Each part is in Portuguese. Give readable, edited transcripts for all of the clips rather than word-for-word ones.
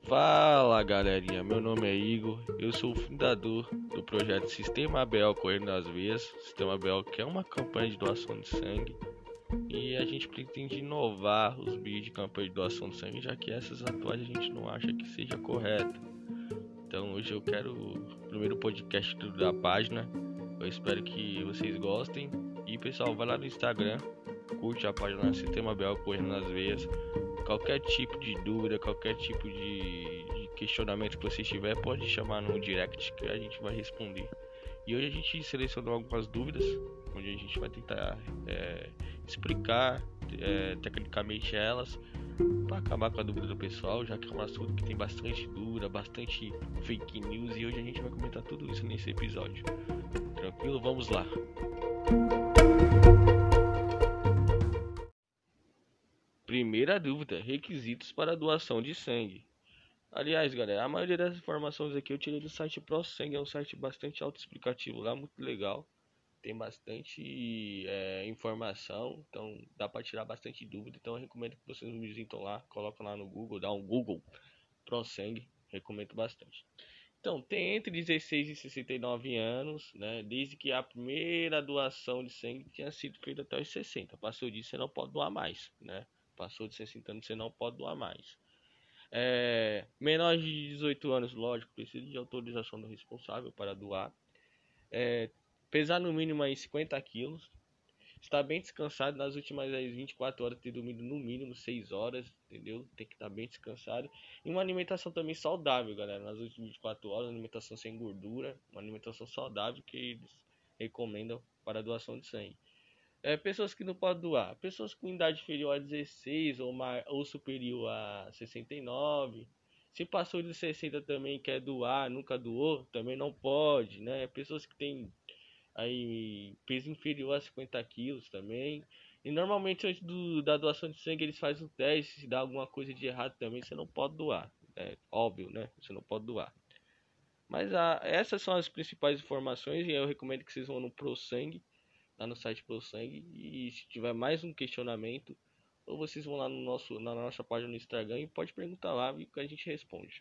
Fala galerinha, meu nome é Igor, eu sou o fundador do projeto Sistema ABL Correndo nas Veias. Sistema ABL que é uma campanha de doação de sangue e a gente pretende inovar os vídeos de campanha de doação de sangue, já que essas atuais a gente não acha que seja correta. Então hoje eu quero o primeiro podcast da página, eu espero que vocês gostem. E pessoal, vai lá no Instagram, curte a página Sistema ABL Correndo nas Veias. Qualquer tipo de dúvida, qualquer tipo de questionamento que você tiver, pode chamar no direct que a gente vai responder. E hoje a gente selecionou algumas dúvidas, onde a gente vai tentar explicar tecnicamente elas, para acabar com a dúvida do pessoal, já que é um assunto que tem bastante dúvida, bastante fake news, e hoje a gente vai comentar tudo isso nesse episódio. Tranquilo? Vamos lá! Primeira dúvida: requisitos para doação de sangue. Aliás, galera, a maioria das informações aqui eu tirei do site ProSangue, é um site bastante autoexplicativo lá, muito legal. Tem bastante informação, então dá para tirar bastante dúvida. Então eu recomendo que vocês visitem lá, colocam lá no Google, dá um Google ProSangue, recomendo bastante. Então, tem entre 16 e 69 anos, né? Desde que a primeira doação de sangue tinha sido feita até os 60. Passou disso, você não pode doar mais, né? Passou de 60 anos, você não pode doar mais. Menores de 18 anos, lógico, precisa de autorização do responsável para doar. Pesar no mínimo aí 50 quilos. Estar bem descansado nas últimas 24 horas, ter dormido no mínimo 6 horas, entendeu? Tem que estar bem descansado. E uma alimentação também saudável, galera. Nas últimas 24 horas, alimentação sem gordura, uma alimentação saudável que eles recomendam para a doação de sangue. Pessoas que não podem doar. Pessoas com idade inferior a 16 ou superior a 69. Se passou de 60 também quer doar, nunca doou, também não pode, né? Pessoas que têm aí peso inferior a 50 quilos também. E normalmente antes da doação de sangue eles fazem um teste, se dá alguma coisa de errado também, você não pode doar. É óbvio, né? Você não pode doar. Mas essas são as principais informações e eu recomendo que vocês vão no ProSangue, lá no site ProSangue, e se tiver mais um questionamento, ou vocês vão lá na nossa página no Instagram e pode perguntar lá que a gente responde.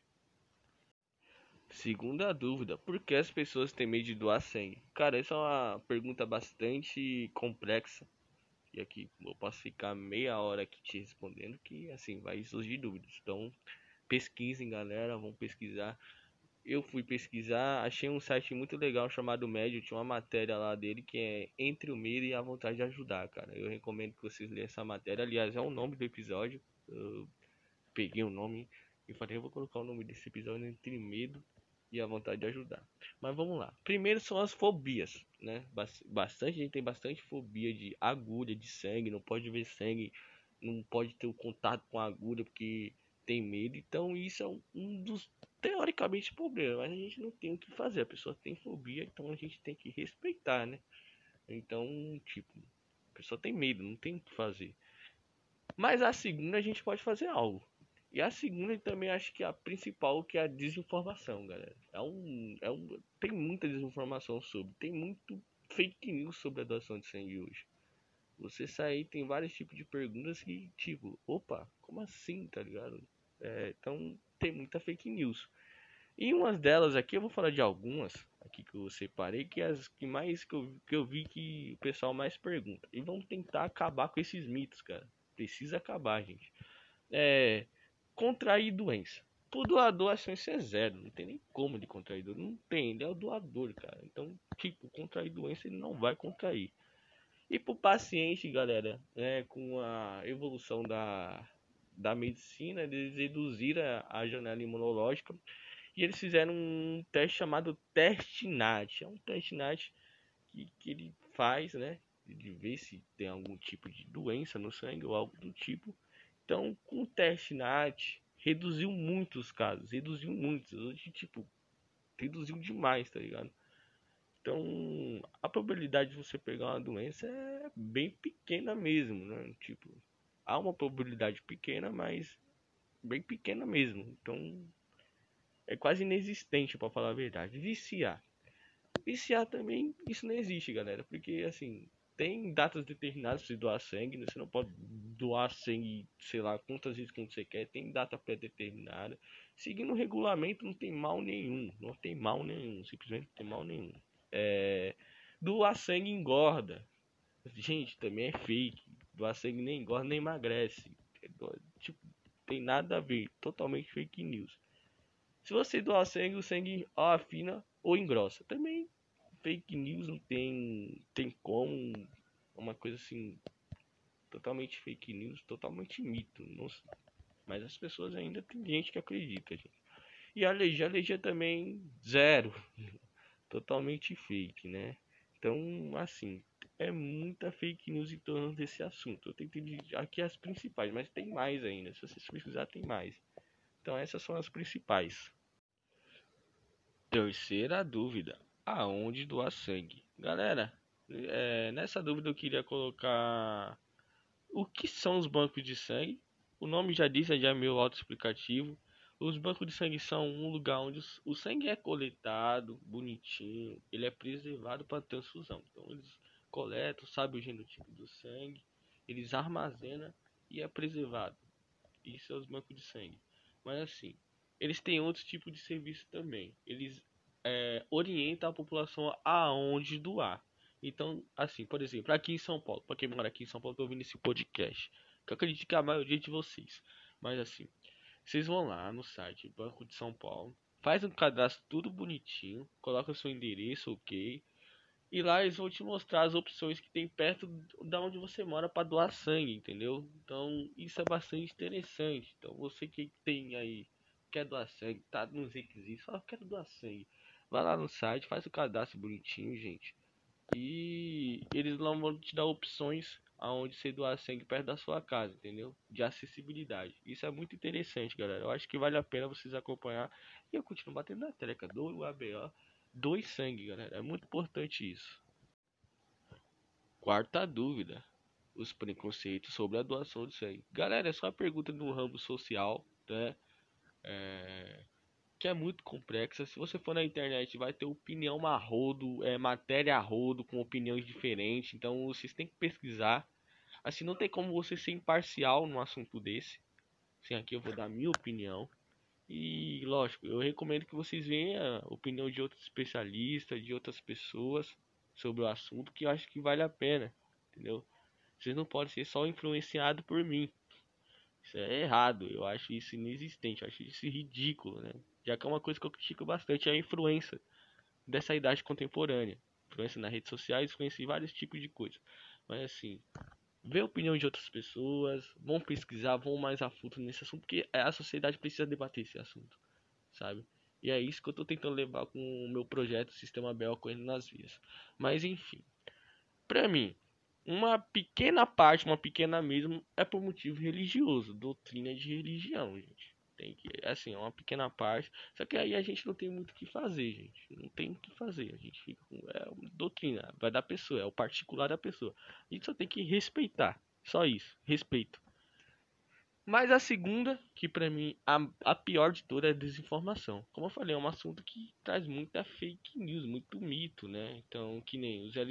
Segunda dúvida: por que as pessoas têm medo de doar sangue? Cara, essa é uma pergunta bastante complexa. E aqui eu posso ficar meia hora aqui te respondendo, que assim vai surgir dúvidas. Então pesquisem, galera, vão pesquisar. Eu fui pesquisar, achei um site muito legal chamado Médio, tinha uma matéria lá dele que é Entre o Medo e a Vontade de Ajudar, cara. Eu recomendo que vocês leiam essa matéria. Aliás, é o nome do episódio. Eu peguei o nome e falei, eu vou colocar o nome desse episódio Entre Medo e a Vontade de Ajudar. Mas vamos lá. Primeiro são as fobias, né? Bastante gente tem bastante fobia de agulha, de sangue, não pode ver sangue, não pode ter o contato com a agulha porque tem medo. Então isso é um dos teoricamente problemas, mas a gente não tem o que fazer. A pessoa tem fobia, então a gente tem que respeitar, né? Então, tipo, a pessoa tem medo, não tem o que fazer. Mas a segunda a gente pode fazer algo. E a segunda também acho que é a principal, que é a desinformação, galera. Tem muita desinformação sobre, tem muito fake news sobre a doação de sangue hoje. Você sair, tem vários tipos de perguntas que, tipo, opa, como assim, tá ligado? Então tem muita fake news. E umas delas aqui, eu vou falar de algumas aqui que eu separei, que é as que mais que eu vi que o pessoal mais pergunta. E vamos tentar acabar com esses mitos, cara. Precisa acabar, gente. É, contrair doença. Pro doador a chance é zero, não tem nem como de contrair doença, não tem, ele é o doador, cara. Então, tipo, contrair doença ele não vai contrair. E pro paciente, galera, com a evolução da medicina, eles reduziram a janela imunológica e eles fizeram um teste chamado teste NAT. É um teste NAT que ele faz, né, de ver se tem algum tipo de doença no sangue ou algo do tipo. Então, com o teste NAT, reduziu muito os casos, reduziu muito. Hoje, tipo, reduziu demais, tá ligado? Então, a probabilidade de você pegar uma doença é bem pequena mesmo, né? Tipo, há uma probabilidade pequena, mas bem pequena mesmo. Então, é quase inexistente, para falar a verdade. Viciar também, isso não existe, galera. Porque, assim, tem datas determinadas para doar sangue, né? Você não pode doar sangue, sei lá, quantas vezes quando você quer, tem data pré-determinada. Seguindo o regulamento não tem mal nenhum, não tem mal nenhum, simplesmente não tem mal nenhum. Doar sangue engorda. Gente, também é fake. Doar sangue nem engorda nem emagrece. Tipo, tem nada a ver, totalmente fake news. Se você doar sangue, o sangue ou afina ou engrossa. Também fake news não tem como, uma coisa assim, totalmente fake news, totalmente mito. Nossa. Mas as pessoas ainda tem gente que acredita, gente. E a alergia também zero, totalmente fake, né? Então, assim, é muita fake news em torno desse assunto. Eu tentei aqui as principais, mas tem mais ainda. Se vocês pesquisar, tem mais. Então, essas são as principais. Terceira dúvida: aonde doar sangue? Galera, nessa dúvida eu queria colocar o que são os bancos de sangue. O nome já diz, já é meio autoexplicativo. Os bancos de sangue são um lugar onde o sangue é coletado, bonitinho, ele é preservado para transfusão. Então eles coletam, sabem o genotipo do sangue, eles armazenam e é preservado. Isso é os bancos de sangue. Mas assim, eles têm outros tipos de serviço também. Eles orientam a população aonde doar. Então, assim, por exemplo, aqui em São Paulo, para quem mora aqui em São Paulo, tô ouvindo esse podcast, que eu acredito que é a maioria de vocês. Mas assim, vocês vão lá no site Banco de São Paulo, faz um cadastro tudo bonitinho, coloca seu endereço, ok. E lá eles vão te mostrar as opções que tem perto da onde você mora para doar sangue, entendeu? Então isso é bastante interessante. Então você que tem aí, quer doar sangue, tá nos requisitos, fala, quero doar sangue. Vai lá no site, faz o cadastro bonitinho, gente. E eles lá vão te dar opções aonde você doar sangue perto da sua casa, entendeu? De acessibilidade. Isso é muito interessante, galera. Eu acho que vale a pena vocês acompanhar. E eu continuo batendo na tecla do ABO. Doe sangue, galera. É muito importante isso. Quarta dúvida: os preconceitos sobre a doação de sangue. Galera, é só uma pergunta no ramo social, né? Que é muito complexa. Se você for na internet, vai ter opinião a rodo, matéria a rodo, com opiniões diferentes. Então vocês têm que pesquisar. Assim, não tem como você ser imparcial num assunto desse. Assim, aqui eu vou dar minha opinião. E lógico, eu recomendo que vocês venham a opinião de outros especialistas, de outras pessoas sobre o assunto, que eu acho que vale a pena, entendeu? Vocês não podem ser só influenciados por mim. Isso é errado, eu acho isso inexistente, eu acho isso ridículo, né? Já que é uma coisa que eu critico bastante, é a influência dessa idade contemporânea. Influência nas redes sociais, influência em vários tipos de coisa. Mas assim, ver a opinião de outras pessoas, vão pesquisar, vão mais a fundo nesse assunto, porque a sociedade precisa debater esse assunto, sabe? E é isso que eu tô tentando levar com o meu projeto Sistema Bel Correndo nas Vias. Mas enfim, pra mim, uma pequena parte, uma pequena mesmo, é por motivo religioso, doutrina de religião, gente. Tem que, assim, é uma pequena parte. Só que aí a gente não tem muito o que fazer, gente. Não tem o que fazer. A gente fica com. É uma doutrina, vai da pessoa, é o particular da pessoa. A gente só tem que respeitar. Só isso, respeito. Mas a segunda, que pra mim a pior de toda é a desinformação. Como eu falei, é um assunto que traz muita fake news, muito mito, né? Então, que nem os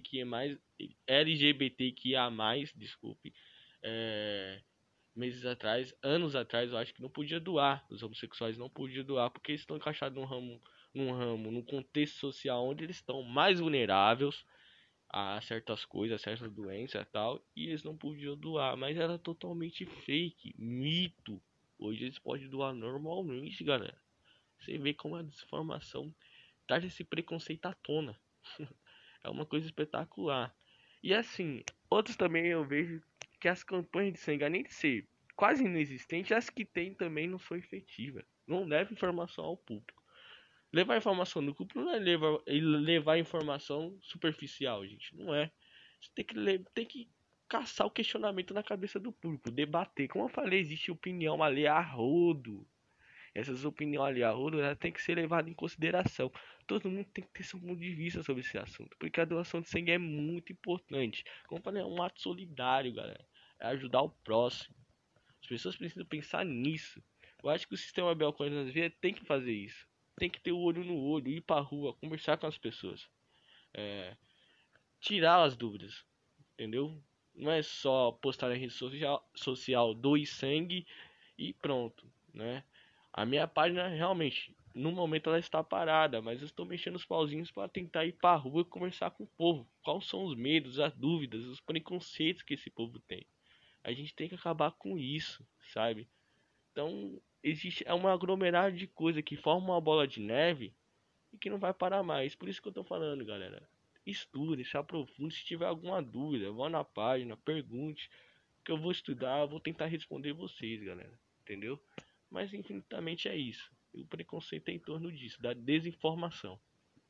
LGBTQIA+, desculpe, é, meses atrás, anos atrás, eu acho que não podia doar. Os homossexuais não podiam doar porque eles estão encaixados num contexto social onde eles estão mais vulneráveis a certas coisas, a certas doenças e tal, e eles não podiam doar, mas era totalmente fake, mito. Hoje eles podem doar normalmente, galera. Você vê como a desinformação traz esse preconceito à tona. É uma coisa espetacular. E assim, outros também eu vejo que as campanhas de sangue, além de ser quase inexistentes, as que tem também não são efetivas. Não leva informação ao público. Levar informação no grupo não é levar informação superficial, gente. Não é. Você tem que caçar o questionamento na cabeça do público, debater. Como eu falei, existe opinião ali a rodo. Essas opiniões ali a rodo tem que ser levadas em consideração. Todo mundo tem que ter seu ponto de vista sobre esse assunto. Porque a doação de sangue é muito importante. Como eu falei, é um ato solidário, galera. É ajudar o próximo. As pessoas precisam pensar nisso. Eu acho que o sistema Belcoin nas vias tem que fazer isso. Tem que ter o olho no olho, ir pra rua, conversar com as pessoas. É, tirar as dúvidas, entendeu? não é só postar na rede social doe sangue e pronto, né? A minha página realmente, no momento ela está parada, mas eu estou mexendo os pauzinhos para tentar ir para a rua e conversar com o povo. Quais são os medos, as dúvidas, os preconceitos que esse povo tem? A gente tem que acabar com isso, sabe? Então, existe um aglomerado de coisa que forma uma bola de neve e que não vai parar mais. Por isso que eu tô falando, galera. Estude, se aprofunde. Se tiver alguma dúvida, vá na página, pergunte. Que eu vou estudar, vou tentar responder vocês, galera. Entendeu? Mas infinitamente é isso. E o preconceito é em torno disso, da desinformação.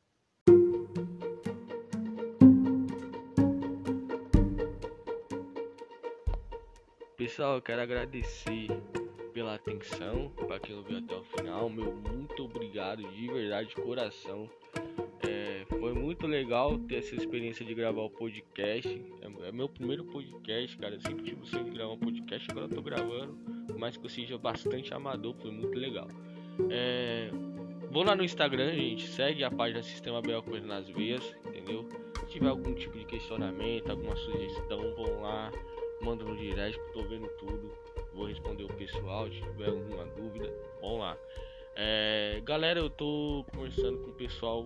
Pessoal, eu quero agradecer pela atenção, para quem ouviu até o final. Meu muito obrigado de verdade, de coração. Foi muito legal ter essa experiência de gravar o podcast. É meu primeiro podcast, cara. Eu sempre tive o sonho de gravar um podcast, agora eu tô gravando. Mas que eu seja bastante amador, foi muito legal. Vou lá no Instagram, gente. Segue a página Sistema BO Coisa nas Veias, entendeu? Se tiver algum tipo de questionamento, alguma sugestão, vão lá, manda no direct, que eu tô vendo tudo. Vou responder o pessoal. Se tiver alguma dúvida, vão lá. Galera, eu tô conversando com o pessoal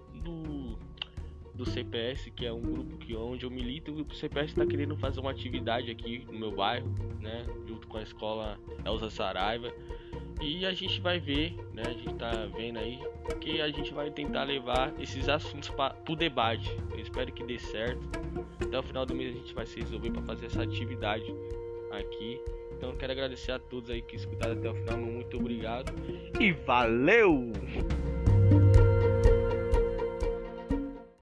do CPS, que é um grupo onde eu milito. O CPS está querendo fazer uma atividade aqui no meu bairro, né, junto com a escola Elza Saraiva, e a gente vai ver, né, a gente tá vendo aí que a gente vai tentar levar esses assuntos para o debate. Eu espero que dê certo. Até o final do mês a gente vai se resolver para fazer essa atividade aqui. Então eu quero agradecer a todos aí que escutaram até o final. Muito obrigado e valeu!